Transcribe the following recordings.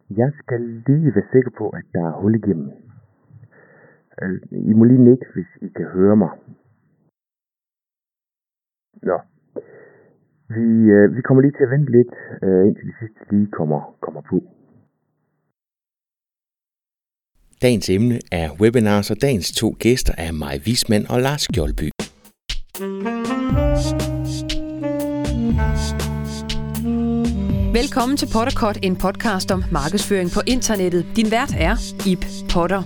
Jeg skal lige være sikker på, at der er hul igennem. I må lige nikke, hvis I kan høre mig. Nå. Vi kommer lige til at vente lidt, indtil de sidste lige kommer på. Dagens emne er webinars, og dagens 2 gæster er Maj Wismann og Lars Skjoldby. Velkommen til Potterkort, en podcast om markedsføring på internettet. Din vært er Ib Potter.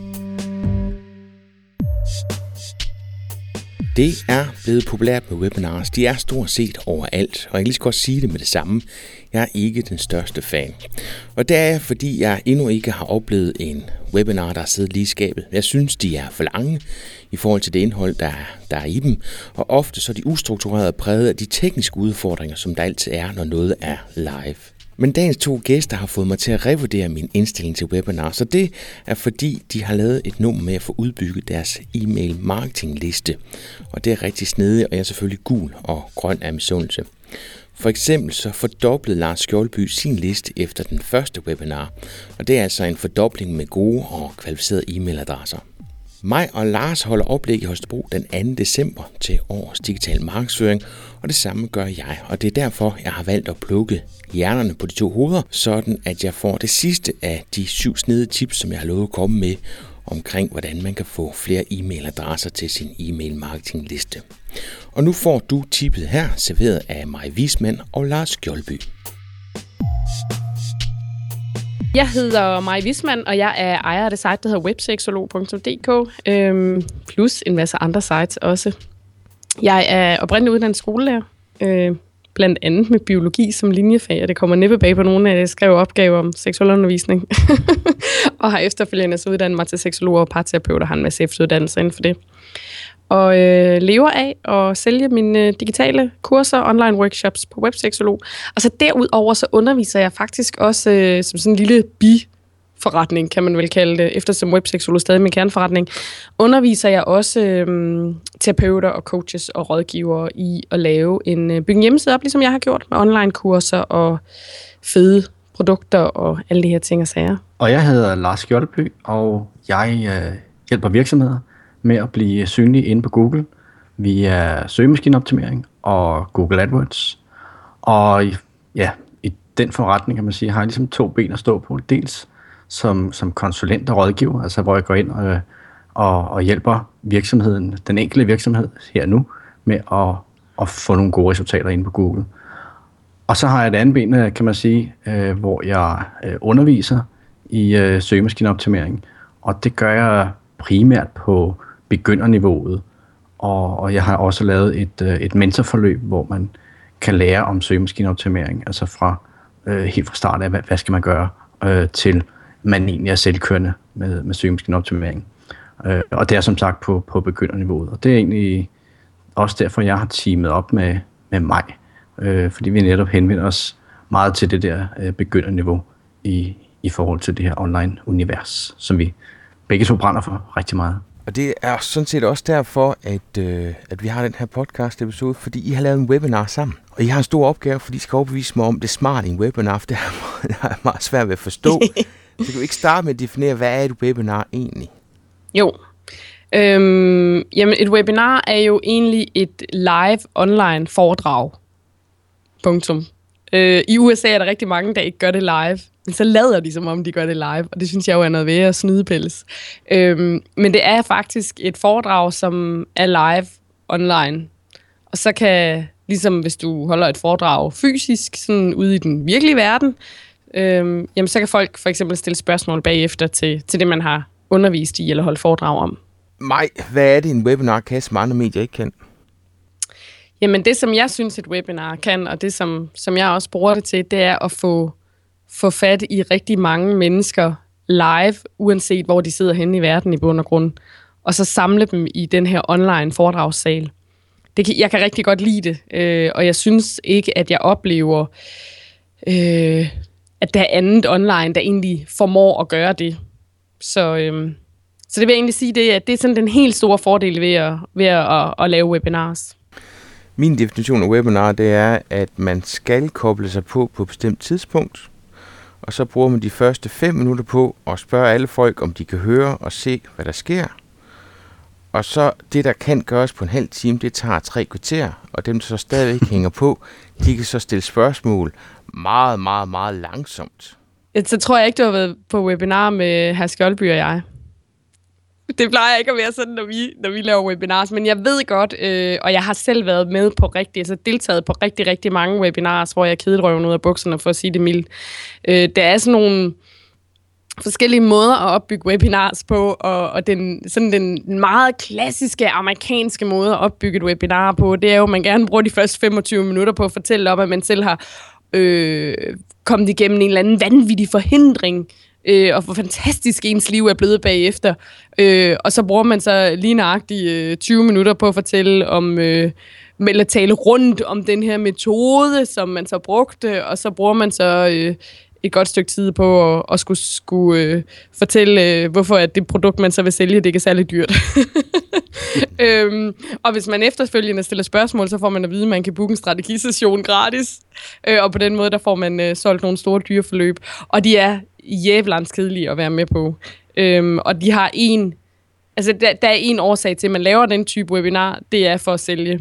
Det er blevet populært med webinars. De er stort set overalt, og jeg kan lige så godt sige det med det samme. Jeg er ikke den største fan. Og det er jeg, fordi jeg endnu ikke har oplevet en webinar, der har siddet lige i skabet. Jeg synes, de er for lange i forhold til det indhold, der er i dem. Og ofte så er de ustruktureret præget af de tekniske udfordringer, som der altid er, når noget er live. Men dagens 2 gæster har fået mig til at revurdere min indstilling til webinars, så det er fordi, de har lavet et nummer med at få udbygget deres e-mail marketingliste. Og det er rigtig snedigt, og jeg er selvfølgelig gul og grøn af misundelse. For eksempel så fordoblede Lars Skjoldby sin liste efter den første webinar, og det er altså en fordobling med gode og kvalificerede e-mailadresser. Mig og Lars holder oplæg i Holstebro den 2. december til årets digital markedsføring, og det samme gør jeg, og det er derfor, jeg har valgt at plukke hjernerne på de 2 hoveder, sådan at jeg får det sidste af de 7 snedige tips, som jeg har lovet at komme med, omkring hvordan man kan få flere e-mailadresser til sin e-mail marketingliste. Og nu får du tippet her, serveret af Maj Wismann og Lars Skjoldby. Jeg hedder Maj Wismann, og jeg er ejer af det site, der hedder webseksolog.dk, plus en masse andre sites også. Jeg er oprindeligt uddannet skolelærer, blandt andet med biologi som linjefag, og det kommer næppe bag på nogen af jeg skrev opgaver om seksualundervisning, og har efterfølgende så uddannet mig til seksolog og parterapeut, og har en masse efteruddannelse inden for det. Og lever af at sælge mine digitale kurser, online workshops på Webseksolog. Og så derudover så underviser jeg faktisk også som sådan en lille biforretning, kan man vel kalde det, eftersom Webseksolog stadig er min kerneforretning, underviser jeg også terapeuter og coaches og rådgivere i at bygge en hjemmeside op, ligesom jeg har gjort, med online kurser og fede produkter og alle de her ting og sager. Og jeg hedder Lars Skjoldby, og jeg hjælper virksomheder med at blive synlige inde på Google via søgemaskineoptimering og Google AdWords. Og ja, i den forretning kan man sige, har jeg ligesom 2 ben at stå på. Dels som konsulent og rådgiver, altså hvor jeg går ind og hjælper virksomheden, den enkelte virksomhed her nu, med at få nogle gode resultater inde på Google. Og så har jeg et andet ben, kan man sige, hvor jeg underviser i søgemaskineoptimering, og det gør jeg primært på begynderniveauet, og jeg har også lavet et mentorforløb, hvor man kan lære om søgemaskineoptimering, altså helt fra start af, hvad skal man gøre, til man egentlig er selvkørende med søgemaskineoptimering. Og det er som sagt på begynderniveauet, og det er egentlig også derfor, jeg har teamet op med mig, fordi vi netop henvender os meget til det der begynderniveau i forhold til det her online-univers, som vi begge 2 brænder for rigtig meget. Og det er sådan set også derfor, at vi har den her podcast-episode, fordi I har lavet en webinar sammen. Og I har en stor opgave, fordi I skal overbevise mig om det smarte i en webinar, for det er meget svært ved at forstå. Så kan du ikke starte med at definere, hvad er et webinar egentlig? Jo. Jamen et webinar er jo egentlig et live online foredrag. Punktum. I USA er der rigtig mange, der ikke gør det live, men så lader de, som om de gør det live, og det synes jeg jo er noget ved at snydepælles. Men det er faktisk et foredrag, som er live online, og så kan, ligesom hvis du holder et foredrag fysisk, sådan ude i den virkelige verden, jamen så kan folk for eksempel stille spørgsmål bagefter til det, man har undervist i eller holdt foredrag om. Maj, hvad er det, en webinar kan, som andre medier ikke kan? Jamen det, som jeg synes, et webinar kan, og det, som jeg også bruger det til, det er at få fat i rigtig mange mennesker live, uanset hvor de sidder henne i verden i bund og grund, og så samle dem i den her online foredragssal. Jeg kan rigtig godt lide det, og jeg synes ikke, at jeg oplever, at der er andet online, der egentlig formår at gøre det. Så det vil jeg egentlig sige, det er sådan den helt store fordel ved at lave webinars. Min definition af webinar, det er, at man skal koble sig på et bestemt tidspunkt, og så bruger man de første 5 minutter på at spørge alle folk, om de kan høre og se, hvad der sker. Og så det, der kan gøres på en halv time, det tager 3 kvarter, og dem, der så stadigvæk hænger på, de kan så stille spørgsmål meget, meget, meget langsomt. Så tror jeg ikke, du har været på webinar med hr. Skjoldby og jeg. Det plejer ikke at være sådan, når vi laver webinars, men jeg ved godt, og jeg har selv været med på deltaget på rigtig, rigtig mange webinars, hvor jeg kedet røven ud af bukserne, for at sige det mildt. Der er sådan nogle forskellige måder at opbygge webinars på, og den meget klassiske amerikanske måde at opbygge et webinar på, det er jo, at man gerne bruger de første 25 minutter på at fortælle om, at man selv har kommet igennem en eller anden vanvittig forhindring, og hvor fantastisk ens liv er blevet bagefter. Og så bruger man så lige nøjagtigt 20 minutter på at fortælle om, eller tale rundt om den her metode, som man så brugte, og så bruger man så et godt stykke tid på at skulle fortælle, hvorfor at det produkt, man så vil sælge, det ikke er særlig dyrt. Og hvis man efterfølgende stiller spørgsmål, så får man at vide, at man kan booke en strategisession gratis. Og på den måde, der får man solgt nogle store dyre forløb. Og de er jævlans kedelige at være med på. Og de har der er en årsag til, at man laver den type webinar, det er for at sælge.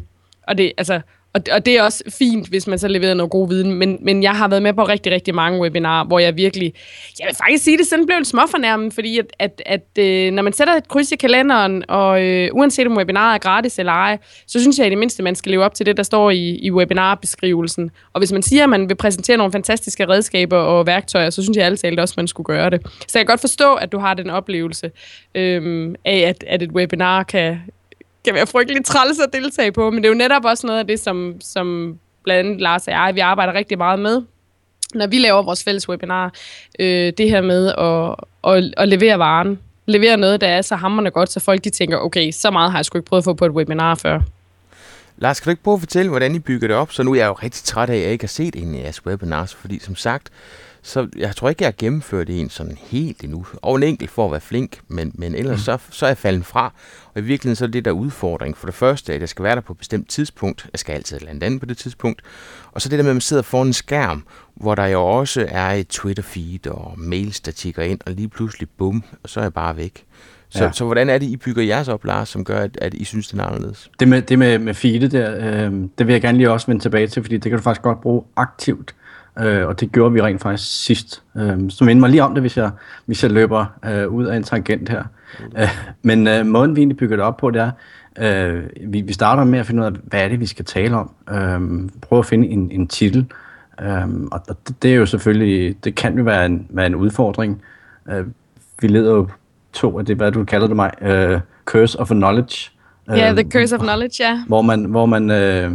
Og det er også fint, hvis man så leverer noget god viden, men jeg har været med på rigtig, rigtig mange webinarer, hvor jeg vil faktisk sige det, sådan blev lidt småfornærmet, fordi at når man sætter et kryds i kalenderen, og uanset om webinaret er gratis eller ej, så synes jeg i det mindste, man skal leve op til det, der står i webinarbeskrivelsen. Og hvis man siger, at man vil præsentere nogle fantastiske redskaber og værktøjer, så synes jeg altid også, man skulle gøre det. Så jeg kan godt forstå, at du har den oplevelse af, at et webinar kan være frygteligt træls at deltage på, men det er jo netop også noget af det, som blandt andet Lars og jeg, vi arbejder rigtig meget med, når vi laver vores fælles webinar. Det her med at levere varen. Levere noget, der er så hamrende godt, så folk de tænker, okay, så meget har jeg sgu ikke prøvet at få på et webinar før. Lars, kan du ikke prøve at fortælle, hvordan I bygger det op? Så nu er jeg jo rigtig træt af, at jeg ikke har set en af jeres webinars, fordi som sagt, så jeg tror ikke, jeg har gennemført en sådan helt endnu. Og en enkelt for at være flink, men ellers så er jeg faldet fra. Og i virkeligheden så er det der udfordring. For det første, at jeg skal være der på et bestemt tidspunkt. Jeg skal altid lande andet på det tidspunkt. Og så det der med, at man sidder foran en skærm, hvor der jo også er et Twitter-feed og mails, der tikker ind, og lige pludselig bum, og så er jeg bare væk. Så hvordan er det, I bygger jeres op, Lars, som gør, at I synes, det er anderledes? Det med feedet der, det vil jeg gerne lige også vende tilbage til, fordi det kan du faktisk godt bruge aktivt. Og det gjorde vi rent faktisk sidst. Så minder mig lige om det, hvis jeg løber ud af en tangent her. Men måden vi egentlig bygger det op på, det er, vi starter med at finde ud af, hvad er det, vi skal tale om. Prøve at finde en titel. Og det er jo selvfølgelig, det kan jo være en udfordring. Vi leder jo af det, hvad du kalder det mig, Curse of Knowledge. Ja, The Curse of Knowledge, ja. Hvor man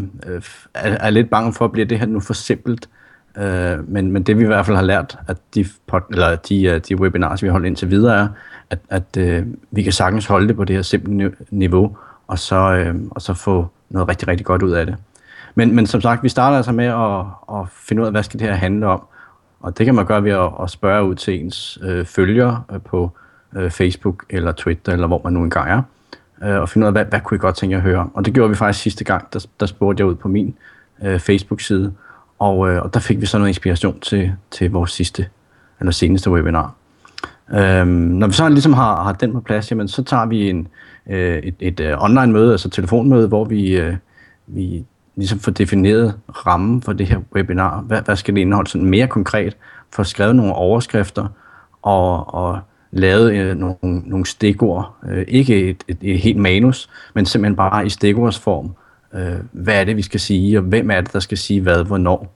er lidt bange for, at bliver det her nu for simpelt. Men det vi i hvert fald har lært, at de webinars, vi har holdt indtil videre, er, at vi kan sagtens holde det på det her simple niveau, og så få noget rigtig, rigtig godt ud af det. Men som sagt, vi starter altså med at finde ud af, hvad skal det her handle om. Og det kan man gøre ved at spørge ud til ens følgere på Facebook eller Twitter, eller hvor man nu engang er, og finde ud af, hvad kunne I godt tænke at høre. Og det gjorde vi faktisk sidste gang, der spurgte jeg ud på min Facebook-side, og der fik vi så noget inspiration til vores seneste webinar. Når vi så ligesom har den på plads, jamen, så tager vi et online møde, altså telefonmøde, hvor vi ligesom får defineret rammen for det her webinar. Hvad skal det indeholde sådan mere konkret? Får skrevet nogle overskrifter og lavet nogle stikord. Ikke et helt manus, men simpelthen bare i stikordsform. Hvad er det, vi skal sige, og hvem er det, der skal sige hvad, hvornår.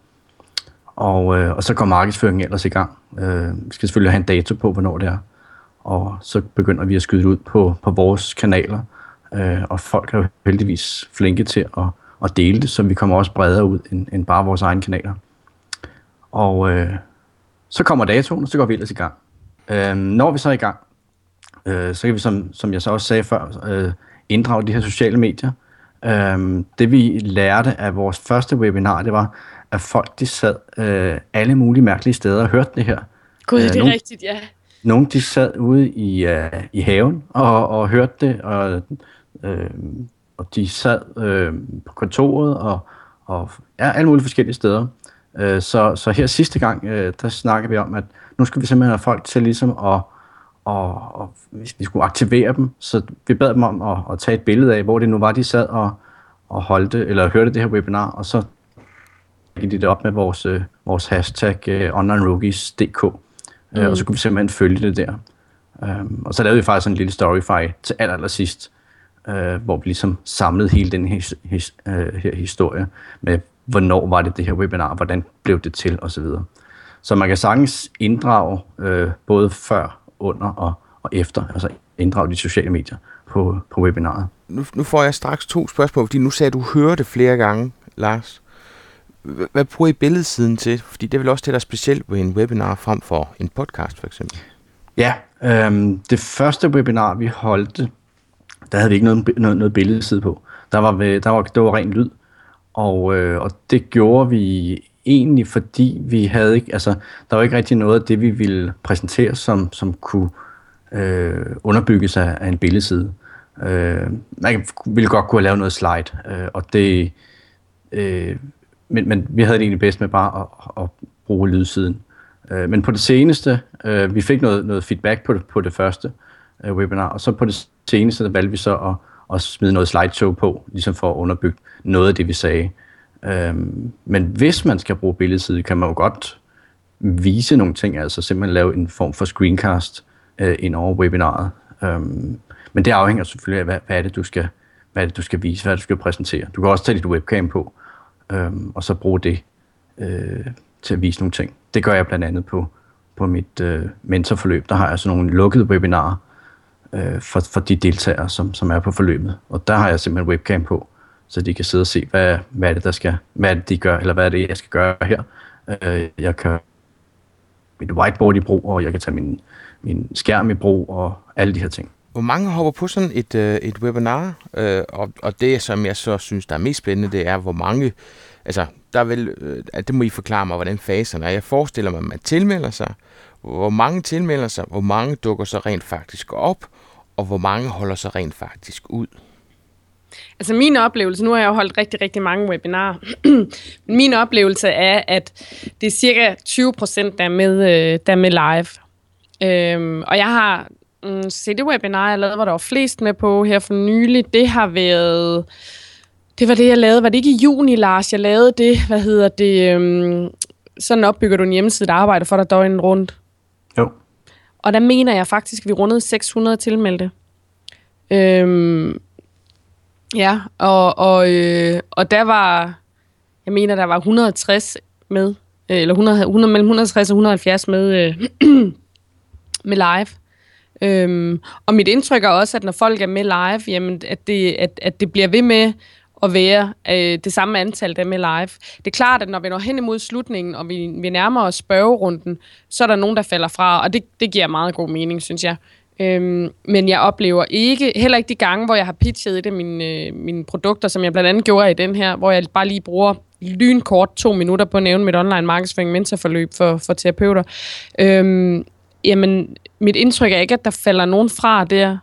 Og så går markedsføringen ellers i gang. Vi skal selvfølgelig have en dato på, hvornår det er. Og så begynder vi at skyde det ud på vores kanaler. Og folk er jo heldigvis flinke til at dele det, så vi kommer også bredere ud end bare vores egne kanaler. Og så kommer datoen, og så går vi ellers i gang. Når vi så er i gang, så kan vi, som jeg så også sagde før, inddrage de her sociale medier. Det vi lærte af vores første webinar, det var, at folk de sad alle mulige mærkelige steder og hørte det her. Gud, det er rigtigt, ja. Nogle de sad ude i haven og hørte det, og de sad på kontoret og alle mulige forskellige steder. Så her sidste gang, der snakkede vi om, at nu skal vi simpelthen have folk til ligesom og vi skulle aktivere dem, så vi bad dem om at tage et billede af, hvor det nu var, de sad og holdte, eller hørte det her webinar, og så gik de det op med vores hashtag onlinerookies.dk, og så kunne vi simpelthen følge det der. Og så lavede vi faktisk en lille storyfy til allersidst, hvor vi ligesom samlede hele den her historie med, hvornår var det her webinar, hvordan blev det til, osv. Så man kan sagtens inddrage både før, under og efter, altså inddrage de sociale medier på webinaret. Nu får jeg straks 2 spørgsmål, fordi nu sagde du hørte flere gange, Lars. Hvad bruger I billedsiden til? Fordi det er vel også det, der er specielt ved en webinar frem for en podcast, for eksempel. Ja, det første webinar, vi holdte, der havde vi ikke noget billedside på. Det var ren lyd, og det gjorde vi egentlig, fordi vi havde ikke, altså der var ikke rigtig noget af det, vi ville præsentere, som kunne underbygges af en billedside. Man ville godt kunne have lavet noget slide, og det, men vi havde det egentlig bedst med bare at bruge lydsiden. Men på det seneste, vi fik noget feedback på det første webinar, og så på det seneste, der valgte vi så at smide noget slideshow på, ligesom for at underbygge noget af det, vi sagde. Men hvis man skal bruge billedside, kan man jo godt vise nogle ting, altså simpelthen lave en form for screencast ind over webinaret. Men det afhænger selvfølgelig af, hvad er det, du skal vise, hvad er det, du skal præsentere. Du kan også tage dit webcam på, og så bruge det til at vise nogle ting. Det gør jeg blandt andet på mit mentorforløb. Der har jeg sådan nogle lukkede webinarer for de deltagere, som er på forløbet. Og der har jeg simpelthen webcam på, så de kan sidde og se, hvad er det, de gør, eller hvad er det, jeg skal gøre her. Jeg kan mit whiteboard i brug, og jeg kan tage min skærm i brug, og alle de her ting. Hvor mange hopper på sådan et webinar? Og det, som jeg så synes, der er mest spændende, det er, hvor mange... Altså, der er vel... det må I forklare mig, hvordan faserne er. Jeg forestiller mig, at man tilmelder sig. Hvor mange tilmelder sig? Hvor mange dukker så rent faktisk op? Og hvor mange holder så rent faktisk ud? Altså min oplevelse, nu har jeg jo holdt rigtig, rigtig mange webinarer, min oplevelse er, at det er cirka 20%, der er med live. Og jeg har det webinar, jeg lavede, hvor der var flest med på her for nylig, det var det, jeg lavede. Var det ikke i juni, Lars? Jeg lavede det, sådan opbygger du en hjemmeside, der arbejder for dig døgnet rundt. Jo. Og der mener jeg faktisk, at vi rundede 600 tilmeldte. Ja, og der var, jeg mener, der var 160 med, eller 100 mellem 160 og 170 med, med live. Og mit indtryk er også, at når folk er med live, jamen, at det bliver ved med at være det samme antal, der er med live. Det er klart, at når vi når hen imod slutningen, og vi nærmer os spørgerunden, så er der nogen, der falder fra, og det giver meget god mening, synes jeg. Men jeg oplever heller ikke de gange, hvor jeg har pitchet et af mine produkter, som jeg blandt andet gjorde i den her, hvor jeg bare lige bruger lynkort 2 minutter på at nævne mit online markedsføring mentorforløb for terapeuter. Jamen, mit indtryk er ikke, at der falder nogen fra der.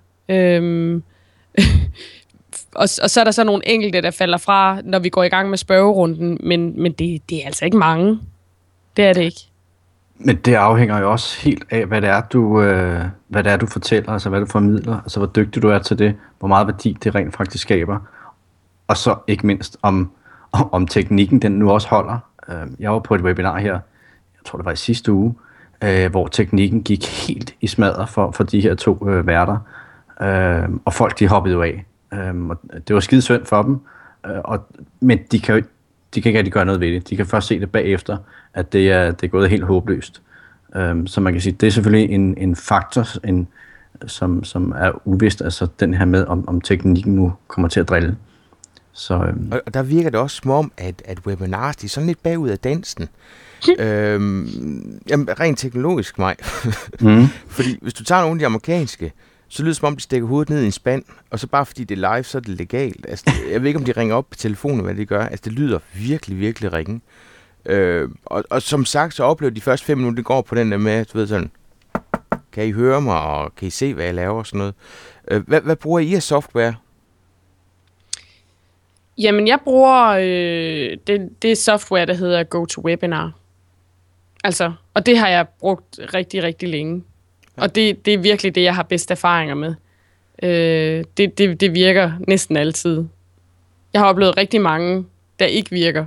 Og så er der så nogle enkelte, der falder fra, når vi går i gang med spørgerunden, men det er altså ikke mange. Det er det ikke. Men det afhænger jo også helt af, hvad det er, du fortæller, altså hvad du formidler, altså hvor dygtig du er til det, hvor meget værdi det rent faktisk skaber, og så ikke mindst om teknikken, den nu også holder. Jeg var på et webinar her, jeg tror det var i sidste uge, hvor teknikken gik helt i smadret for de her 2 værter, og folk de hoppede jo af. Og det var skide synd for dem, men de kan ikke rigtig gøre noget ved det. De kan først se det bagefter, at det er gået helt håbløst. Så man kan sige, det er selvfølgelig en faktor, som er uvist, altså den her med, om teknikken nu kommer til at drille. Så, Og der virker det også som om, at webinars, de er sådan lidt bagud af dansen. Jamen, rent teknologisk mig. Fordi hvis du tager nogle af de amerikanske, så lyder det som om, de stikker hovedet ned i en spand, og så bare fordi det er live, så er det legalt. Altså, jeg ved ikke, om de ringer op på telefonen, hvad de gør. Altså, det lyder virkelig, virkelig ringe. Og som sagt, så oplever de første 5 minutter, det går på den der med, du ved sådan, kan I høre mig, og kan I se, hvad jeg laver og sådan noget. Hvad bruger I af software? Jamen, jeg bruger det software, der hedder GoToWebinar. Altså, og det har jeg brugt rigtig, rigtig længe. Ja. Og det er virkelig det, jeg har bedst erfaringer med. Det virker næsten altid. Jeg har oplevet rigtig mange, der ikke virker.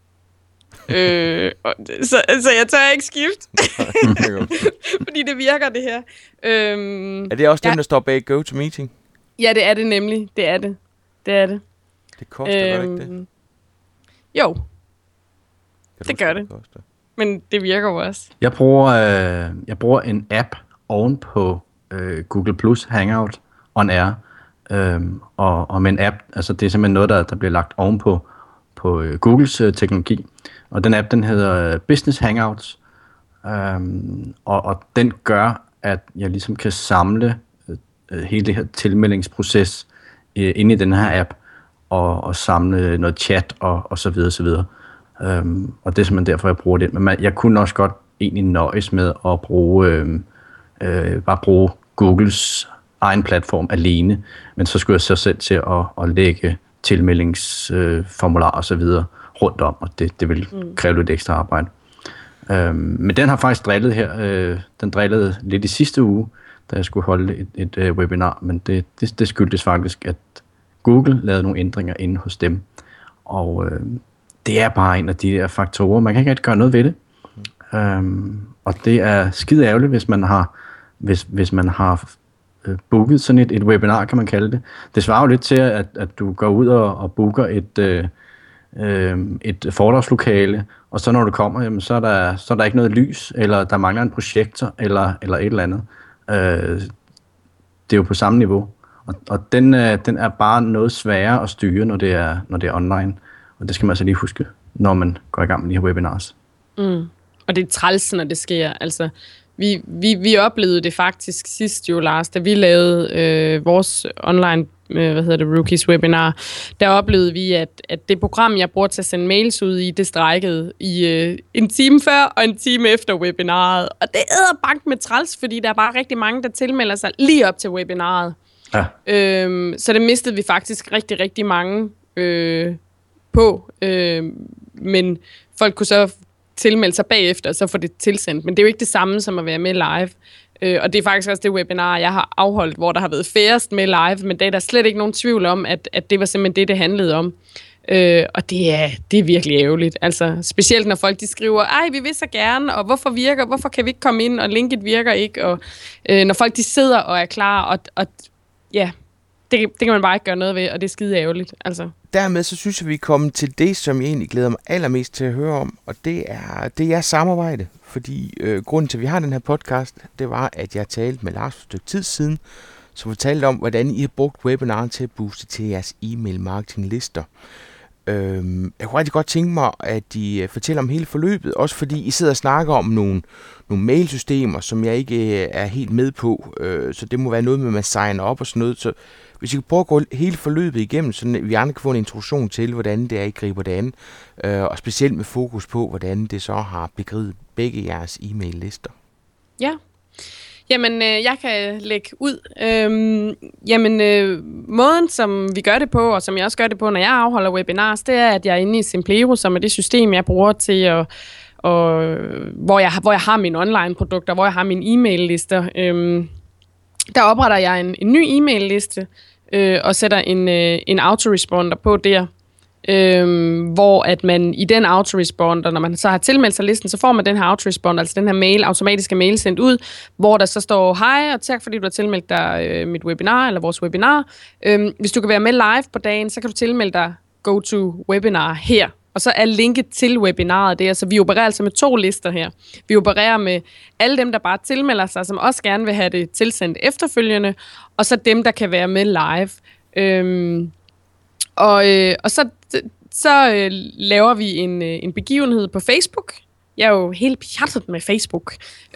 Så jeg tør ikke skifte. Fordi det virker, det her. Er det også dem, der står bag GoToMeeting? Ja, det er det nemlig. Det er det. Det koster ikke det? Jo. Det gør det. Men det virker jo også. Jeg bruger en app oven på Google Plus Hangout On Air. Og med en app, altså det er simpelthen noget, der bliver lagt oven på Googles teknologi. Og den app, den hedder Business Hangouts. Og den gør, at jeg ligesom kan samle hele det her tilmeldingsproces inde i den her app, og samle noget chat og så videre, så videre. Og det er simpelthen derfor, jeg bruger det. Men jeg kunne også godt egentlig nøjes med at bare bruge Googles egen platform alene, men så skulle jeg så selv til at lægge tilmeldingsformular og så videre rundt om, og det vil kræve lidt ekstra arbejde. Men den har faktisk drillet her. Den drillede lidt i sidste uge, da jeg skulle holde et webinar, men det skyldtes faktisk, at Google lavede nogle ændringer inde hos dem. Og det er bare en af de der faktorer. Man kan ikke rigtig gøre noget ved det. Og det er skide ærgerligt, hvis man har booket sådan et webinar, kan man kalde det. Det svarer jo lidt til, at du går ud og booker et foredragslokale, og så når du kommer, jamen, så er der ikke noget lys, eller der mangler en projektor, eller et eller andet. Det er jo på samme niveau. Og den er bare noget sværere at styre, når det er online. Og det skal man altså lige huske, når man går i gang med de her webinars. Og det er træls, når det sker. Altså, vi oplevede det faktisk sidst jo, Lars, da vi lavede vores online Rookies webinar. Der oplevede vi, at det program, jeg bruger til at sende mails ud i, det strejkede i en time før og en time efter webinaret. Og det er bank med træls, fordi der er bare rigtig mange, der tilmelder sig lige op til webinaret. Ja. Så det mistede vi faktisk rigtig, rigtig mange på. Men folk kunne så tilmelde sig bagefter, og så få det tilsendt. Men det er jo ikke det samme som at være med live. Og det er faktisk også det webinar, jeg har afholdt, hvor der har været færrest med live, men der er der slet ikke nogen tvivl om, at det var simpelthen det handlede om. Og det er virkelig ærgerligt. Altså, specielt når folk de skriver, ej, vi vil så gerne, og hvorfor kan vi ikke komme ind, og linket virker ikke, og når folk de sidder og er klar, og ja, det kan man bare ikke gøre noget ved, og det er skide ærgerligt. Altså. Dermed så synes jeg, vi er kommet til det, som jeg egentlig glæder mig allermest til at høre om, og det er jeres samarbejde. Fordi grunden til, at vi har den her podcast, det var, at jeg talte med Lars for et stykke tid siden, som fortalte om, hvordan I har brugt webinaren til at booste til jeres e-mail marketing lister. Jeg kunne rigtig godt tænke mig, at I fortæller om hele forløbet, også fordi I sidder og snakker om nogle mailsystemer, som jeg ikke er helt med på, så det må være noget med, at man signer op og sådan noget. Så hvis I kan prøve at gå hele forløbet igennem, så vi andre kan få en introduktion til, hvordan det er, I griber det an, og specielt med fokus på, hvordan det så har begridet begge jeres e-mail-lister. Ja. Jamen, jeg kan lægge ud. Måden, som vi gør det på, og som jeg også gør det på, når jeg afholder webinars, det er, at jeg er inde i Simplero, som er det system, jeg bruger til hvor jeg har mine online-produkter, hvor jeg har mine e-mail-lister. Der opretter jeg en ny e-mail-liste og sætter en autoresponder på der. Hvor at man i den autoresponder, når man så har tilmeldt sig listen, så får man den her autoresponder, altså den her automatiske mail sendt ud, hvor der så står, hej, og tak fordi du har tilmeldt dig mit webinar, eller vores webinar. Hvis du kan være med live på dagen, så kan du tilmelde dig GoToWebinar her. Og så er linket til webinaret der, så vi opererer altså med 2 lister her. Vi opererer med alle dem, der bare tilmelder sig, som også gerne vil have det tilsendt efterfølgende, og så dem, der kan være med live. Og så laver vi en begivenhed på Facebook. Jeg er jo helt pjattet med Facebook.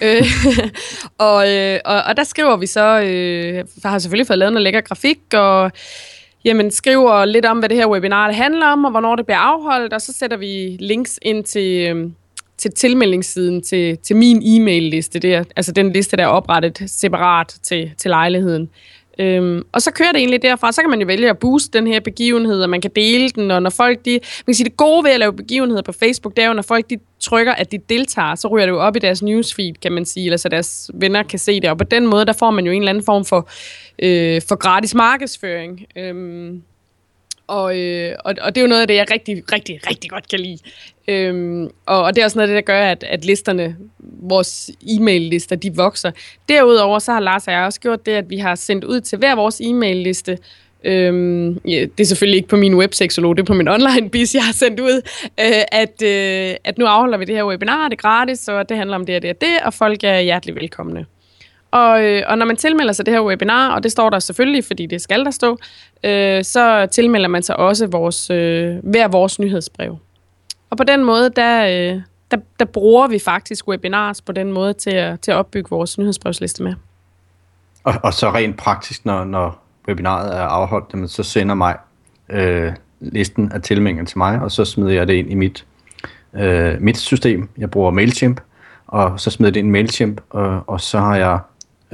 Og der skriver vi så, har selvfølgelig fået lavet noget lækker grafik, og jamen, skriver lidt om, hvad det her webinar det handler om, og hvornår det bliver afholdt, og så sætter vi links ind til tilmeldingssiden til min e-mail-liste der, altså den liste, der er oprettet separat til lejligheden. Og så kører det egentlig derfra. Så kan man jo vælge at booste den her begivenhed, og man kan dele den, og når folk man kan sige, det gode ved at lave begivenheder på Facebook, det er jo, når folk de trykker, at de deltager, så ryger det jo op i deres newsfeed, kan man sige, eller så deres venner kan se det, og på den måde, der får man jo en eller anden form for gratis markedsføring. Og det er jo noget af det, jeg rigtig, rigtig, rigtig godt kan lide. Og det er også noget af det, der gør, at listerne, vores e-mail-lister, de vokser. Derudover så har Lars og jeg også gjort det, at vi har sendt ud til hver vores e-mail-liste. Det er selvfølgelig ikke på min webseksolog, det er på min online-biz, jeg har sendt ud, at nu afholder vi det her webinar, det er gratis, og det handler om det og det og det, og folk er hjertelig velkomne. Og når man tilmelder sig det her webinar, og det står der selvfølgelig, fordi det skal der stå, så tilmelder man sig også hver vores nyhedsbrev. Og på den måde, der bruger vi faktisk webinars på den måde til at opbygge vores nyhedsbrevsliste med. Og så rent praktisk, når webinaret er afholdt, så sender mig listen af tilmeldinger til mig, og så smider jeg det ind i mit system. Jeg bruger MailChimp, og så smider det ind i MailChimp, og så har jeg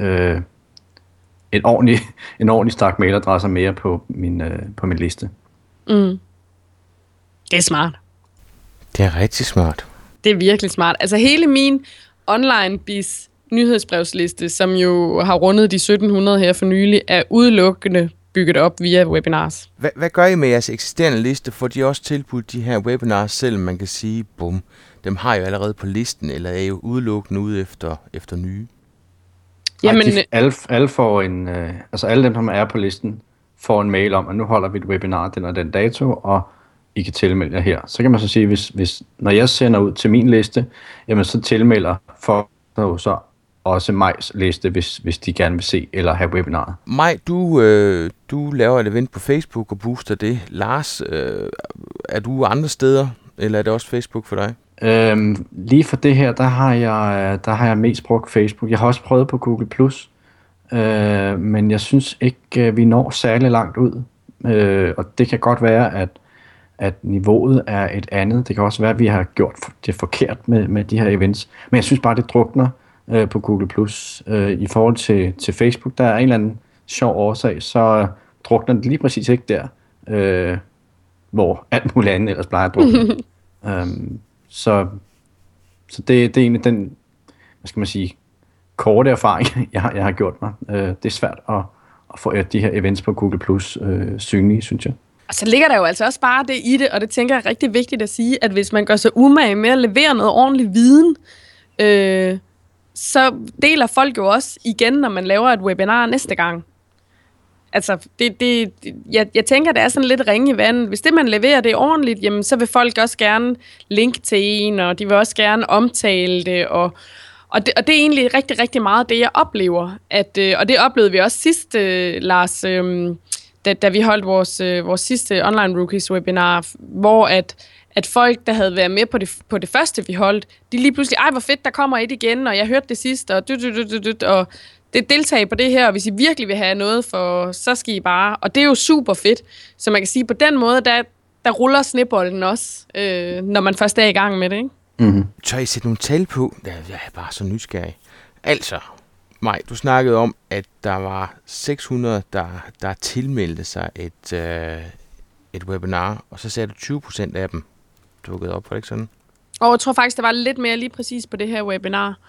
en ordentlig stak mailadresser mere på min liste. Mm. Det er smart. Det er rigtig smart. Det er virkelig smart. Altså hele min online-biz nyhedsbrevsliste, som jo har rundet de 1700 her for nylig, er udelukkende bygget op via webinars. Hvad gør I med jeres eksisterende liste? Får de også tilbudt de her webinars, selvom man kan sige, bum, dem har I jo allerede på listen, eller er I jo udelukkende ude efter nye? Jamen, alle får alle dem, som er på listen, får en mail om, at nu holder vi et webinar den og den dato, og I kan tilmelde jer her. Så kan man så sige, hvis når jeg sender ud til min liste, jamen så tilmelder folk så også Majs liste, hvis de gerne vil se eller have webinaret. Maj, du laver et event på Facebook og booster det. Lars, er du andre steder, eller er det også Facebook for dig? Lige for det her, der har jeg mest brugt Facebook. Jeg har også prøvet på Google+, men jeg synes ikke, vi når særlig langt ud. Og det kan godt være, at niveauet er et andet. Det kan også være, at vi har gjort det forkert med de her events. Men jeg synes bare, det drukner på Google+. I forhold til Facebook, der er en eller anden sjov årsag, så drukner det lige præcis ikke der, hvor alt muligt andet ellers plejer at drukne. Så det er egentlig den, hvad skal man sige, korte erfaring, jeg har gjort mig. Det er svært at få de her events på Google+ synlige, synes jeg. Og så ligger der jo altså også bare det i det, og det tænker jeg er rigtig vigtigt at sige, at hvis man gør sig umage med at levere noget ordentlig viden, så deler folk jo også igen, når man laver et webinar næste gang. Altså, jeg tænker, det er sådan lidt ringe i vandet. Hvis det, man leverer, det er ordentligt, jamen, så vil folk også gerne linke til en, og de vil også gerne omtale det, og det er egentlig rigtig, rigtig meget det, jeg oplever. Og det oplevede vi også sidst, Lars, da vi holdt vores sidste Online Rookies webinar, hvor at folk, der havde været med på det første, vi holdt, de lige pludselig, hvor fedt, der kommer et igen, og jeg hørte det sidste, og og det deltag på det her, og hvis I virkelig vil have noget for, så skal I bare, og det er jo super fedt. Så man kan sige, på den måde, der ruller snebolden også, når man først er i gang med det, ikke? Mm-hmm. Tør I sætte nogle tal på? Jeg er bare så nysgerrig. Altså, Maj, du snakkede om, at der var 600, der tilmeldte sig et webinar, og så sagde du 20% af dem dukkede op, var det ikke sådan? Og jeg tror faktisk, der var lidt mere lige præcis på det her webinar.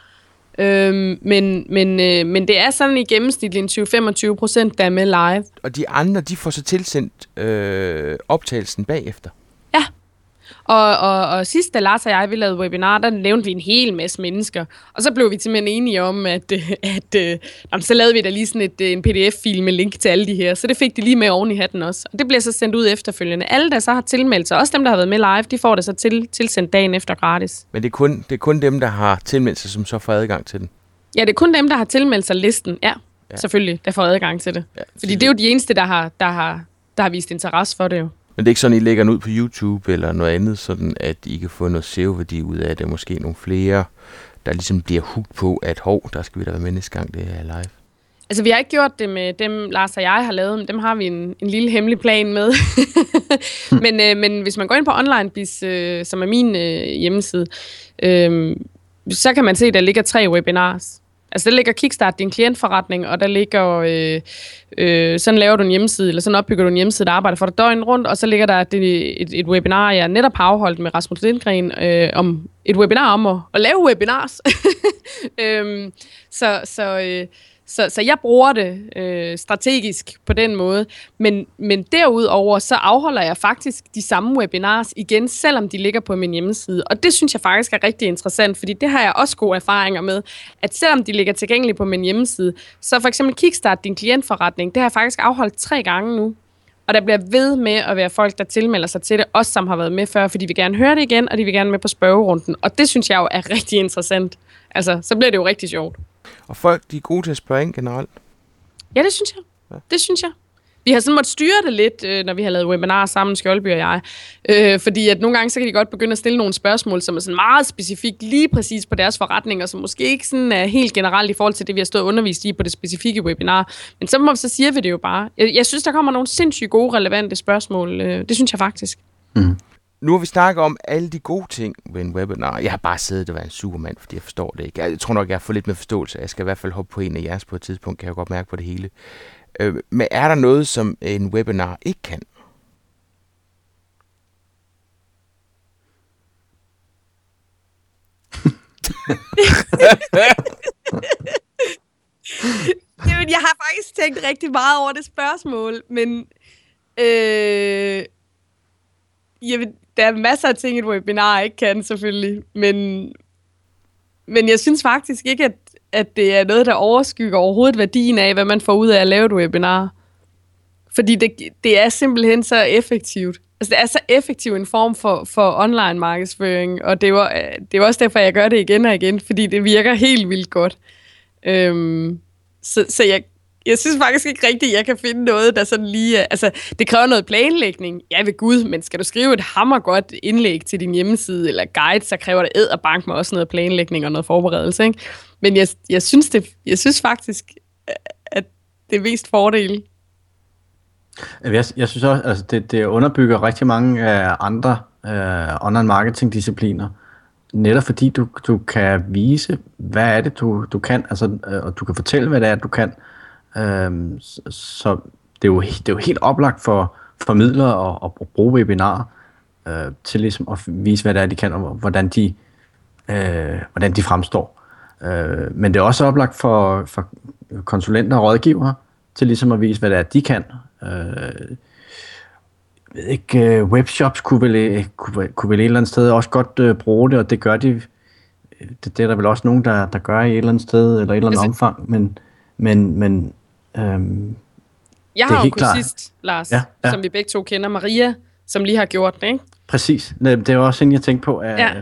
Men det er sådan i gennemsnit en 20-25%, der er med live. Og de andre, de får så tilsendt optagelsen bagefter? Ja. Og sidst, da Lars og jeg lavede webinar, der nævnte vi en hel masse mennesker. Og så blev vi simpelthen enige om, at så lavede vi da lige sådan en pdf-fil med link til alle de her. Så det fik de lige med oven i hatten også. Og det bliver så sendt ud efterfølgende. Alle, der så har tilmeldt sig, også dem, der har været med live, de får det så tilsendt dagen efter gratis. Men det er kun dem, der har tilmeldt sig, som så får adgang til den? Ja, det er kun dem, der har tilmeldt sig listen. Ja. Selvfølgelig, der får adgang til det. Ja, fordi det er jo de eneste, der har vist interesse for det jo. Men det er ikke sådan, I lægger den ud på YouTube eller noget andet, sådan at I kan få noget SEO-værdi ud af det. Måske nogle flere, der ligesom bliver hooked på, at der skal vi da være med næste gang, det er live. Altså, vi har ikke gjort det med dem, Lars og jeg har lavet, men dem har vi en lille hemmelig plan med. men hvis man går ind på OnlineBiz, som er min hjemmeside, så kan man se, at der ligger 3 webinars. Altså, der ligger Kickstart din klientforretning, og der ligger, sådan laver du en hjemmeside, eller sådan opbygger du en hjemmeside, der arbejder for dig døgnet rundt, og så ligger der et webinar, jeg netop har afholdt med Rasmus Lindgren, om et webinar om at lave webinars. Så jeg bruger det strategisk på den måde, men derudover så afholder jeg faktisk de samme webinars igen, selvom de ligger på min hjemmeside. Og det synes jeg faktisk er rigtig interessant, fordi det har jeg også gode erfaringer med, at selvom de ligger tilgængelige på min hjemmeside, så for eksempel Kickstart din klientforretning, det har jeg faktisk afholdt 3 gange nu. Og der bliver ved med at være folk, der tilmelder sig til det, også som har været med før, fordi de vil gerne høre det igen, og de vil gerne med på spørgerunden. Og det synes jeg jo er rigtig interessant. Altså, så bliver det jo rigtig sjovt. Og folk, de er gode til at spørge ind generelt? Ja, det synes jeg. Ja. Det synes jeg. Vi har sådan måttet styre det lidt, når vi har lavet webinarer sammen, Skjoldby og jeg. Fordi at nogle gange, så kan de godt begynde at stille nogle spørgsmål, som er sådan meget specifikt lige præcis på deres forretninger, som måske ikke sådan er helt generelt i forhold til det, vi har stået og undervist i på det specifikke webinar. Men så siger vi det jo bare. Jeg synes, der kommer nogle sindssygt gode, relevante spørgsmål. Det synes jeg faktisk. Mm. Nu har vi snakket om alle de gode ting ved en webinar. Jeg har bare siddet og været en supermand, fordi jeg forstår det ikke. Jeg tror nok, jeg får lidt med forståelse. Jeg skal i hvert fald hoppe på en af jeres på et tidspunkt, kan jeg godt mærke på det hele. Men er der noget, som en webinar ikke kan? Jamen, jeg har faktisk tænkt rigtig meget over det spørgsmål, men jamen, der er masser af ting, et webinar ikke kan, selvfølgelig. Men jeg synes faktisk ikke, at det er noget, der overskygger overhovedet værdien af, hvad man får ud af at lave et webinar. Fordi det er simpelthen så effektivt. Altså, det er så effektiv en form for online markedsføring, og det er også derfor, jeg gør det igen og igen, fordi det virker helt vildt godt. Så jeg synes faktisk ikke rigtigt, at jeg kan finde noget, der sådan lige... Altså, det kræver noget planlægning. Ja, ved Gud, men skal du skrive et hammergodt indlæg til din hjemmeside eller guide, så kræver det edderbank med også noget planlægning og noget forberedelse, ikke? Men jeg synes faktisk, at det er mest fordele. Jeg synes også, altså det underbygger rigtig mange andre online marketing discipliner. Netop fordi du kan vise, hvad er det, du kan, altså, og du kan fortælle, hvad det er, du kan. Så det er jo helt oplagt for formidlere at bruge webinarer til ligesom at vise, hvad det er, de kan, og hvordan de fremstår. Men det er også oplagt for konsulenter og rådgivere til ligesom at vise, hvad det er, de kan. Jeg ved ikke, webshops kunne vel et eller andet sted også godt bruge det, og det gør de. Det er der vel også nogen, der gør i et eller andet sted, eller et eller andet omfang, men jeg har jo en kursist, Lars, som vi begge to kender, Maria, som lige har gjort det, ikke? Præcis. Det er jo også sådan, jeg tænkte på, at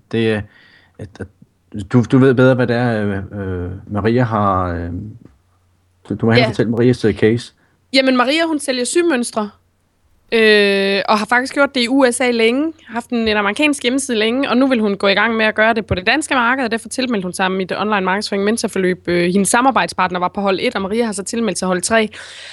du ved bedre, hvad det er, Maria har... Du må have fortælle Marias case. Jamen, Maria, hun sælger symønstre, og har faktisk gjort det i USA længe, har haft en amerikansk hjemmeside længe, og nu vil hun gå i gang med at gøre det på det danske marked, og derfor tilmeldte hun sig mit online markedsføring mentorforløb. Hendes samarbejdspartner var på hold 1, og Maria har så tilmeldt sig hold 3.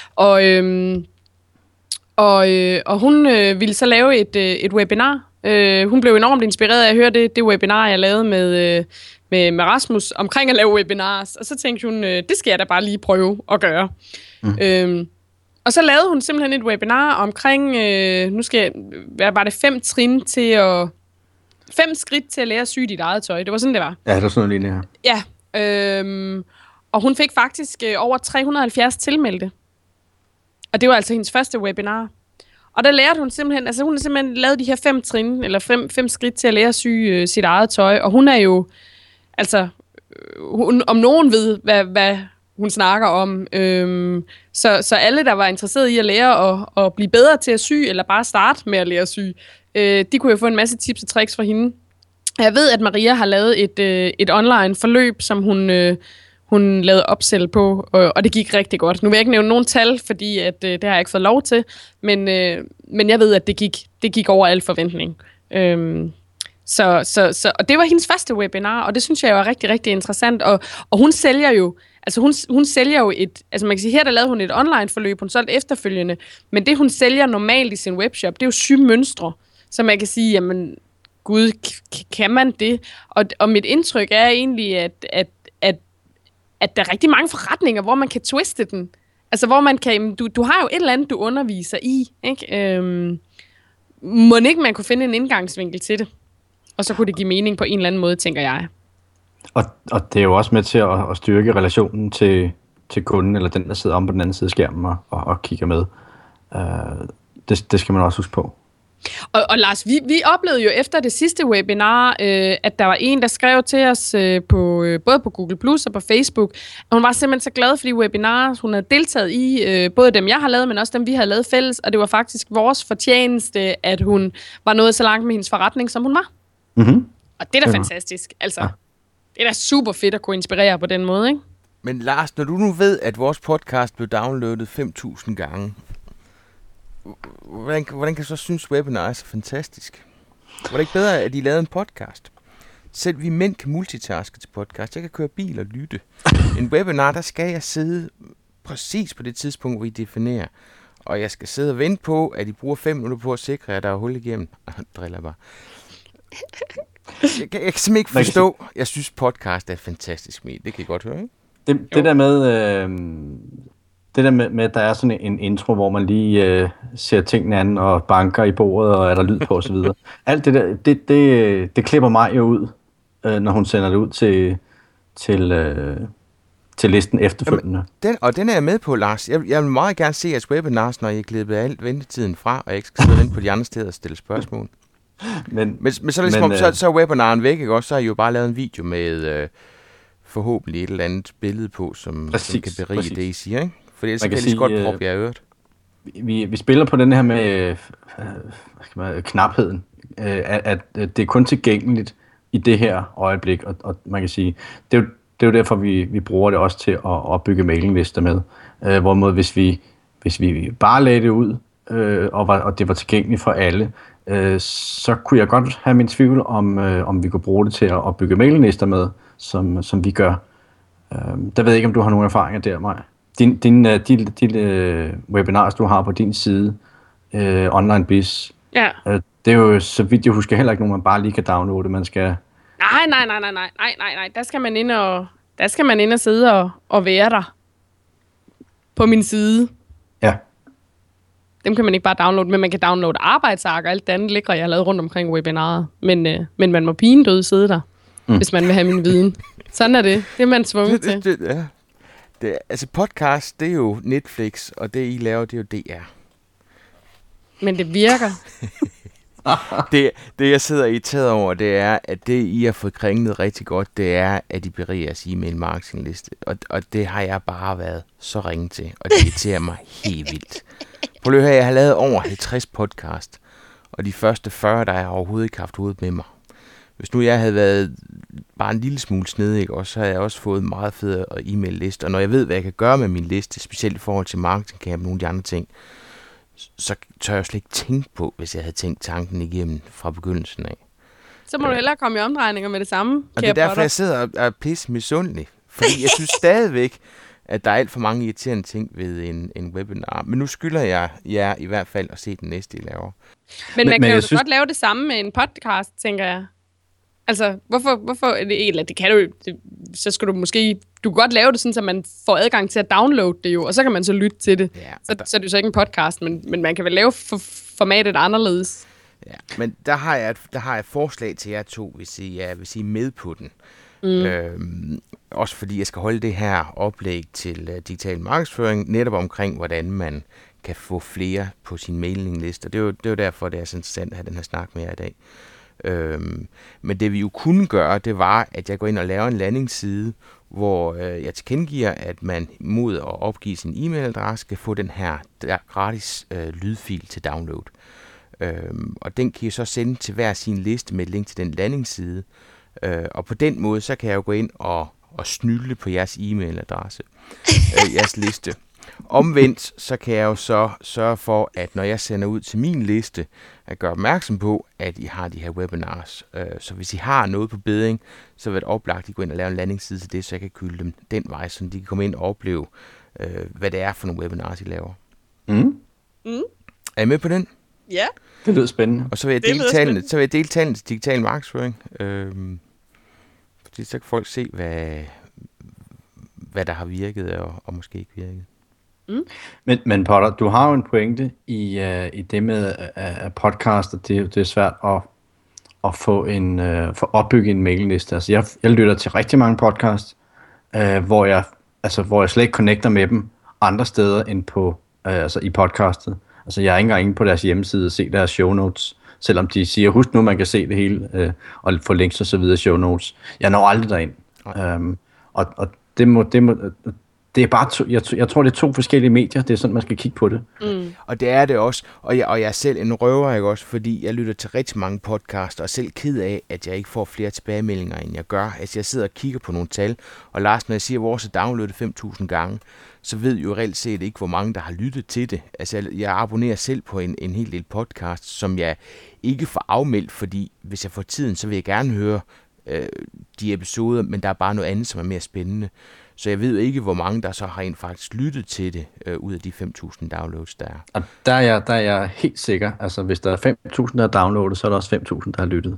Og hun ville så lave et webinar. Hun blev enormt inspireret af at høre det webinar, jeg lavede med Rasmus omkring at lave webinars, og så tænkte hun, det skal jeg da bare lige prøve at gøre. Og så lavede hun simpelthen et webinar omkring, var det 5 skridt til at lære at sy dit eget tøj. Det var sådan, det var. Ja, det var sådan noget lignende her. Ja, og hun fik faktisk over 370 tilmeldte. Og det var altså hendes første webinar. Og der lærte hun simpelthen, hun har simpelthen lavet de her 5 trin, eller 5 skridt til at lære at sy sit eget tøj. Og hun er jo, hun, om nogen ved, hvad hun snakker om. Så alle, der var interesseret i at lære at blive bedre til at sy, eller bare starte med at lære at sy, de kunne jo få en masse tips og tricks fra hende. Jeg ved, at Maria har lavet et online forløb, som hun lavede upsell på, og det gik rigtig godt. Nu vil jeg ikke nævne nogen tal, fordi at, det har jeg ikke fået lov til, men jeg ved, at det gik over al forventning. Og det var hendes første webinar, og det synes jeg jo er rigtig, rigtig interessant. Og hun sælger jo, hun sælger jo man kan sige, her der lavede hun et online forløb, hun solgte efterfølgende, men det hun sælger normalt i sin webshop, det er jo symønstre, så man kan sige, jamen, gud, kan man det? Og mit indtryk er egentlig, at der er rigtig mange forretninger, hvor man kan twiste den. Altså, hvor man kan... Du har jo et eller andet, du underviser i, ikke? Må ikke man kunne finde en indgangsvinkel til det? Og så kunne det give mening på en eller anden måde, tænker jeg. Og det er jo også med til at styrke relationen til kunden, eller den, der sidder om på den anden side af skærmen og kigger med. Det skal man også huske på. Og Lars, vi oplevede jo efter det sidste webinar, at der var en, der skrev til os både på Google Plus og på Facebook. Og hun var simpelthen så glad for de webinarer, hun havde deltaget i. Både dem, jeg har lavet, men også dem, vi havde lavet fælles. Og det var faktisk vores fortjeneste, at hun var nået så langt med hendes forretning, som hun var. Mm-hmm. Og det er da fantastisk. Altså, det er da super fedt at kunne inspirere på den måde, ikke? Men Lars, når du nu ved, at vores podcast blev downloadet 5.000 gange, hvordan kan du så synes, webinar er så fantastisk? Var det ikke bedre, at I lavede en podcast? Selv vi mænd kan multitaske til podcast. Jeg kan køre bil og lytte. En webinar, der skal jeg sidde præcis på det tidspunkt, hvor I definerer. Og jeg skal sidde og vente på, at I bruger 5 minutter på at sikre, at der er hul igennem. Driller bare. Jeg kan simpelthen ikke forstå. Jeg synes, podcast er et fantastisk medie. Det kan I godt høre, ikke? Det der med, at der er sådan en intro, hvor man lige ser tingene an og banker i bordet, og er der lyd på osv. Alt det der, det klipper mig jo ud, når hun sender det ud til listen efterfølgende. Jamen, den er jeg med på, Lars. Jeg vil meget gerne se jeres webinars, når I er glippet alt ventetiden fra, og jeg ikke skal sidde inde på de andre steder og stille spørgsmål. Men så, ligesom, så er webinaren væk, ikke også? Så har I jo bare lavet en video med forhåbentlig et eller andet billede på, som kan berige det, I siger, ikke? For ellers kan jeg lige godt proppe jer øret. Vi spiller på den her med knapheden, at det er kun tilgængeligt i det her øjeblik, og man kan sige, det er jo derfor, vi bruger det også til at opbygge mailinglister med. Hvorimod hvis vi bare lagde det ud, og det var tilgængeligt for alle, så kunne jeg godt have min tvivl om vi kunne bruge det til at opbygge mailinglister med, som vi gør. Der ved jeg ikke, om du har nogle erfaringer der, Maja. De webinars, du har på din side, Online Biz, ja. Det er jo, så vidt jeg husker, heller ikke nogen, man bare lige kan downloade. Man skal... Nej. Der skal man ind og sidde og være der på min side. Ja. Dem kan man ikke bare downloade, men man kan downloade arbejdsark og alt det andet ligger, jeg har lavet rundt omkring webinaret. Men man må pinedød sidde der, hvis man vil have min viden. Sådan er det. Det er man tvunget til. Ja. Altså podcast, det er jo Netflix, og det I laver, det er jo DR. Men det virker. Det jeg sidder irriteret over, det er, at det I har fået kringlet rigtig godt, det er, at I beriger jeres e-mail marketingliste. Og det har jeg bare været så ringe til, og det irriterer mig helt vildt. Prøv lige at høre, jeg har lavet over 50 podcast, og de første 40, der har jeg overhovedet ikke haft hovedet med mig. Hvis nu jeg havde været bare en lille smule snedig, og så havde jeg også fået en meget fed e-mail-liste. Og når jeg ved, hvad jeg kan gøre med min liste, specielt i forhold til marketingcamp og nogle af de andre ting, så tør jeg slet ikke tænke på, hvis jeg havde tænkt tanken igennem fra begyndelsen af. Så må du hellere komme i omdrejninger med det samme. Og det er derfor, jeg sidder og er pisse misundelig. Fordi jeg synes stadigvæk, at der er alt for mange irriterende ting ved en webinar. Men nu skylder jeg jer i hvert fald at se den næste, I laver. Men man kan jo godt lave det samme med en podcast, tænker jeg. Altså, hvorfor eller det kan du jo, så skal du måske, du kan godt lave det sådan, så man får adgang til at downloade det jo, og så kan man så lytte til det. Ja, så er det jo så ikke en podcast, men man kan vel lave formatet anderledes. Ja, men der har jeg et forslag til jer to, hvis I er med på den. Også fordi jeg skal holde det her oplæg til digital markedsføring, netop omkring, hvordan man kan få flere på sin mailingliste. Det er jo derfor, det er så interessant at have den her snak med jer i dag. Men det vi jo kunne gøre, det var, at jeg går ind og laver en landingsside, hvor jeg tilkendegiver, at man mod at opgive sin e-mailadresse skal få den her gratis lydfil til download. Og den kan I så sende til hver sin liste med et link til den landingsside. Og på den måde, så kan jeg jo gå ind og snylde på jeres e-mailadresse, jeres liste. Omvendt, så kan jeg jo så sørge for, at når jeg sender ud til min liste, at gøre opmærksom på, at I har de her webinars. Så hvis I har noget på bedring, så vil det oplagt, at I går ind og laver en landingsside til det, så jeg kan kylde dem den vej, så de kan komme ind og opleve, hvad det er for nogle webinars, I laver. Er I med på den? Ja. Det lyder spændende. Og så vil jeg dele tallene til digital markedsføring. Fordi så kan folk se, hvad der har virket og måske ikke virket. Men Potter, du har jo en pointe i det med podcast, og det er svært at få opbygge en mailliste. Altså jeg lytter til rigtig mange podcasts, hvor jeg slet ikke connecter med dem andre steder end på i podcastet. Altså jeg er ikke engang inde på deres hjemmeside og se deres show notes, selvom de siger, husk nu, man kan se det hele og få links og så videre show notes. Jeg når aldrig derind. Og det er bare jeg tror, det er 2 forskellige medier. Det er sådan, man skal kigge på det. Og det er det også. Og jeg er selv en røver, ikke også? Fordi jeg lytter til rigtig mange podcasts, og er selv ked af, at jeg ikke får flere tilbagemeldinger, end jeg gør. Altså, jeg sidder og kigger på nogle tal, og Lars, når jeg siger, at vores er downloadet 5.000 gange, så ved jeg jo reelt set ikke, hvor mange, der har lyttet til det. Altså, jeg abonnerer selv på en hel del podcasts, som jeg ikke får afmeldt, fordi hvis jeg får tiden, så vil jeg gerne høre de episoder, men der er bare noget andet, som er mere spændende. Så jeg ved ikke, hvor mange der så har rent faktisk lyttet til det, ud af de 5.000 downloads, der er. Og der er jeg helt sikker. Altså, hvis der er 5.000, der er downloadet, så er der også 5.000, der har lyttet.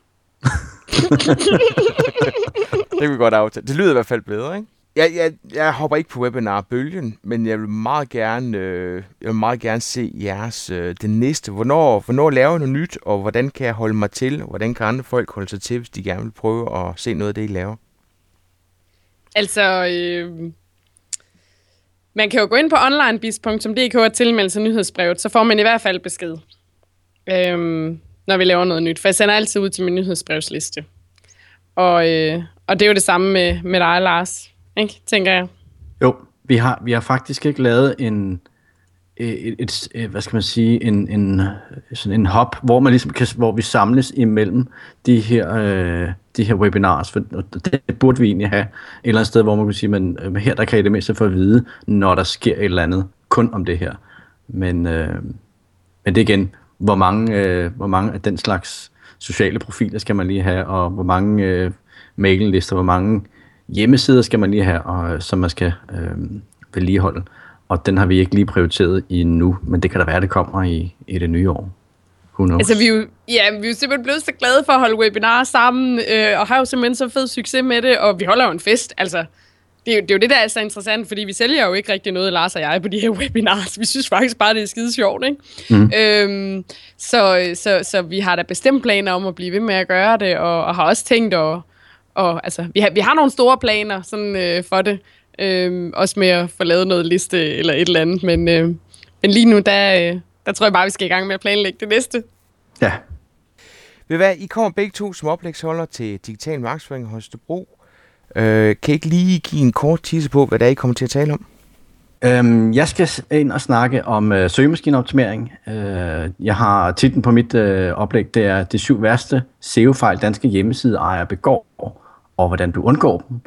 Det kan vi godt aftale. Det lyder i hvert fald bedre, ikke? Jeg hopper ikke på webinar-bølgen, men jeg vil meget gerne se jeres det næste. Hvornår laver I noget nyt, og hvordan kan jeg holde mig til? Hvordan kan andre folk holde sig til, hvis de gerne vil prøve at se noget af det, I laver? Altså, man kan jo gå ind på onlinebiz.dk og tilmelde sig nyhedsbrevet, så får man i hvert fald besked, når vi laver noget nyt. For jeg sender altid ud til min nyhedsbrevsliste. Og det er jo det samme med dig, Lars, ikke? Tænker jeg. Jo, vi har faktisk ikke lavet hvad skal man sige, sådan en hub, hvor man ligesom hvor vi samles imellem de her webinars, for det burde vi egentlig have et eller andet sted, hvor man kunne sige, men her der kan I det mindste få at vide, når der sker et eller andet, kun om det her. Men det igen, hvor mange af den slags sociale profiler skal man lige have, og hvor mange maillister, hvor mange hjemmesider skal man lige have, og som man skal vedligeholde. Og den har vi ikke lige prioriteret endnu, men det kan da være, det kommer i det nye år. Altså, vi er jo simpelthen blevet så glade for at holde webinarer sammen, og har jo simpelthen så fed succes med det, og vi holder jo en fest. Altså, det er jo det, der er så interessant, fordi vi sælger jo ikke rigtig noget, Lars og jeg, på de her webinars. Vi synes faktisk bare, det er skide sjovt, ikke? Så vi har da bestemt planer om at blive ved med at gøre det, og har også tænkt, altså, vi har nogle store planer sådan, for det. Også med at få lavet noget liste eller et eller andet, men lige nu, der tror jeg bare, vi skal i gang med at planlægge det næste. Ja. Ved hvad, I kommer begge to som oplægsholder til Digital Markedsføring hos Holstebro. Kan I ikke lige give en kort teaser på, hvad det er, I kommer til at tale om? Jeg skal ind og snakke om søgemaskineoptimering. Jeg har titlen på mit oplæg, det er de 7 værste SEO-fejl danske hjemmesideejere begår, og hvordan du undgår dem.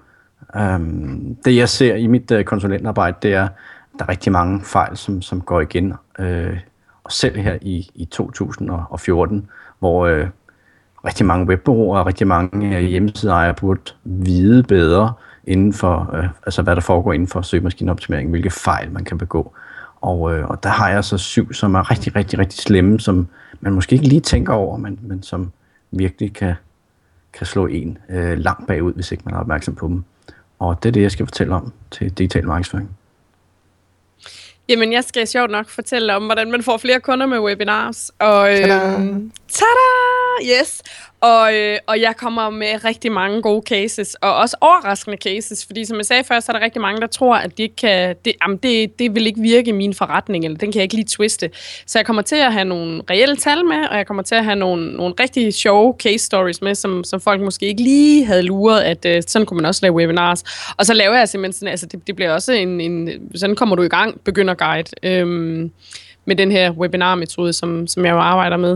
Det jeg ser i mit konsulentarbejde, det er, at der er rigtig mange fejl, som går igen. Og selv her i 2014, hvor rigtig mange webbureauer og rigtig mange hjemmesideejere burde vide bedre inden for, altså hvad der foregår inden for søgemaskineoptimering, hvilke fejl man kan begå. Og der har jeg så 7, som er rigtig, rigtig, rigtig slemme, som man måske ikke lige tænker over, men som virkelig kan slå en langt bagud, hvis ikke man er opmærksom på dem. Og det er det, jeg skal fortælle om til digital markedsføring. Jamen, jeg skal sjovt nok fortælle om, hvordan man får flere kunder med webinars. Og, tada! Yes! Og jeg kommer med rigtig mange gode cases, og også overraskende cases, fordi som jeg sagde før, så er der rigtig mange, der tror, at det ikke kan, det vil ikke virke i min forretning, eller den kan jeg ikke lige twiste. Så jeg kommer til at have nogle reelle tal med, og jeg kommer til at have nogle rigtig sjove case stories med, som folk måske ikke lige havde luret, at sådan kunne man også lave webinars. Og så laver jeg simpelthen sådan, altså det bliver også sådan kommer du i gang, begynderguide, med den her webinar-metode, som jeg jo arbejder med.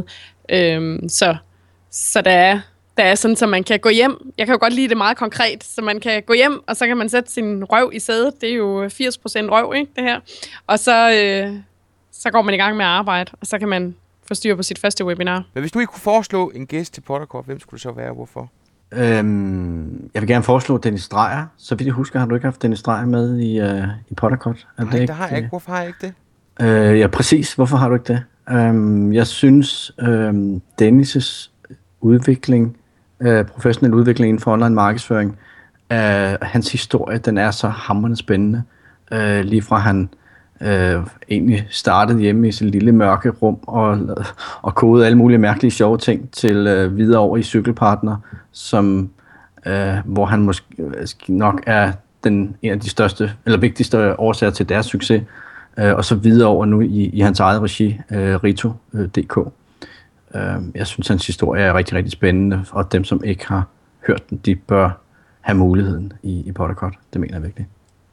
Så der er sådan, så man kan gå hjem. Jeg kan jo godt lide det meget konkret, så man kan gå hjem, og så kan man sætte sin røv i sædet. Det er jo 80% røv, ikke, det her. Og så går man i gang med at arbejde, og så kan man få styr på sit første webinar. Men hvis du ikke kunne foreslå en gæst til Potterkort, hvem skulle det så være, og hvorfor? Jeg vil gerne foreslå Dennis Dreyer. Så vidt jeg husker, har du ikke haft Dennis Dreyer med i Potterkort? Nej, det har jeg ikke. Hvorfor har jeg ikke det? Ja, præcis. Hvorfor har du ikke det? Jeg synes, Dennis' udvikling, professionel udvikling inden for online markedsføring, hans historie, den er så hamrende spændende. Lige fra han egentlig startede hjemme i sit lille mørke rum og kodede alle mulige mærkelige sjove ting til videre over i Cykelpartner, som hvor han måske nok er en af de største eller vigtigste årsager til deres succes, og så videre over nu i hans eget regi, Rito.dk. Jeg synes, hans historie er rigtig, rigtig spændende, og dem, som ikke har hørt den, de bør have muligheden i Potterkort. Det mener jeg virkelig.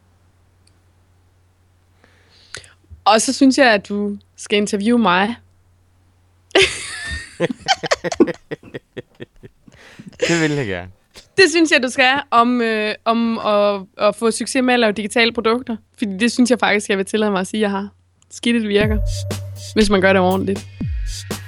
Og så synes jeg, at du skal interviewe mig. Det vil jeg gerne. Det synes jeg, du skal, om at få succes med at lave digitale produkter. Fordi det synes jeg faktisk, jeg vil tillade mig at sige, at jeg har. Skidtet virker, hvis man gør det ordentligt.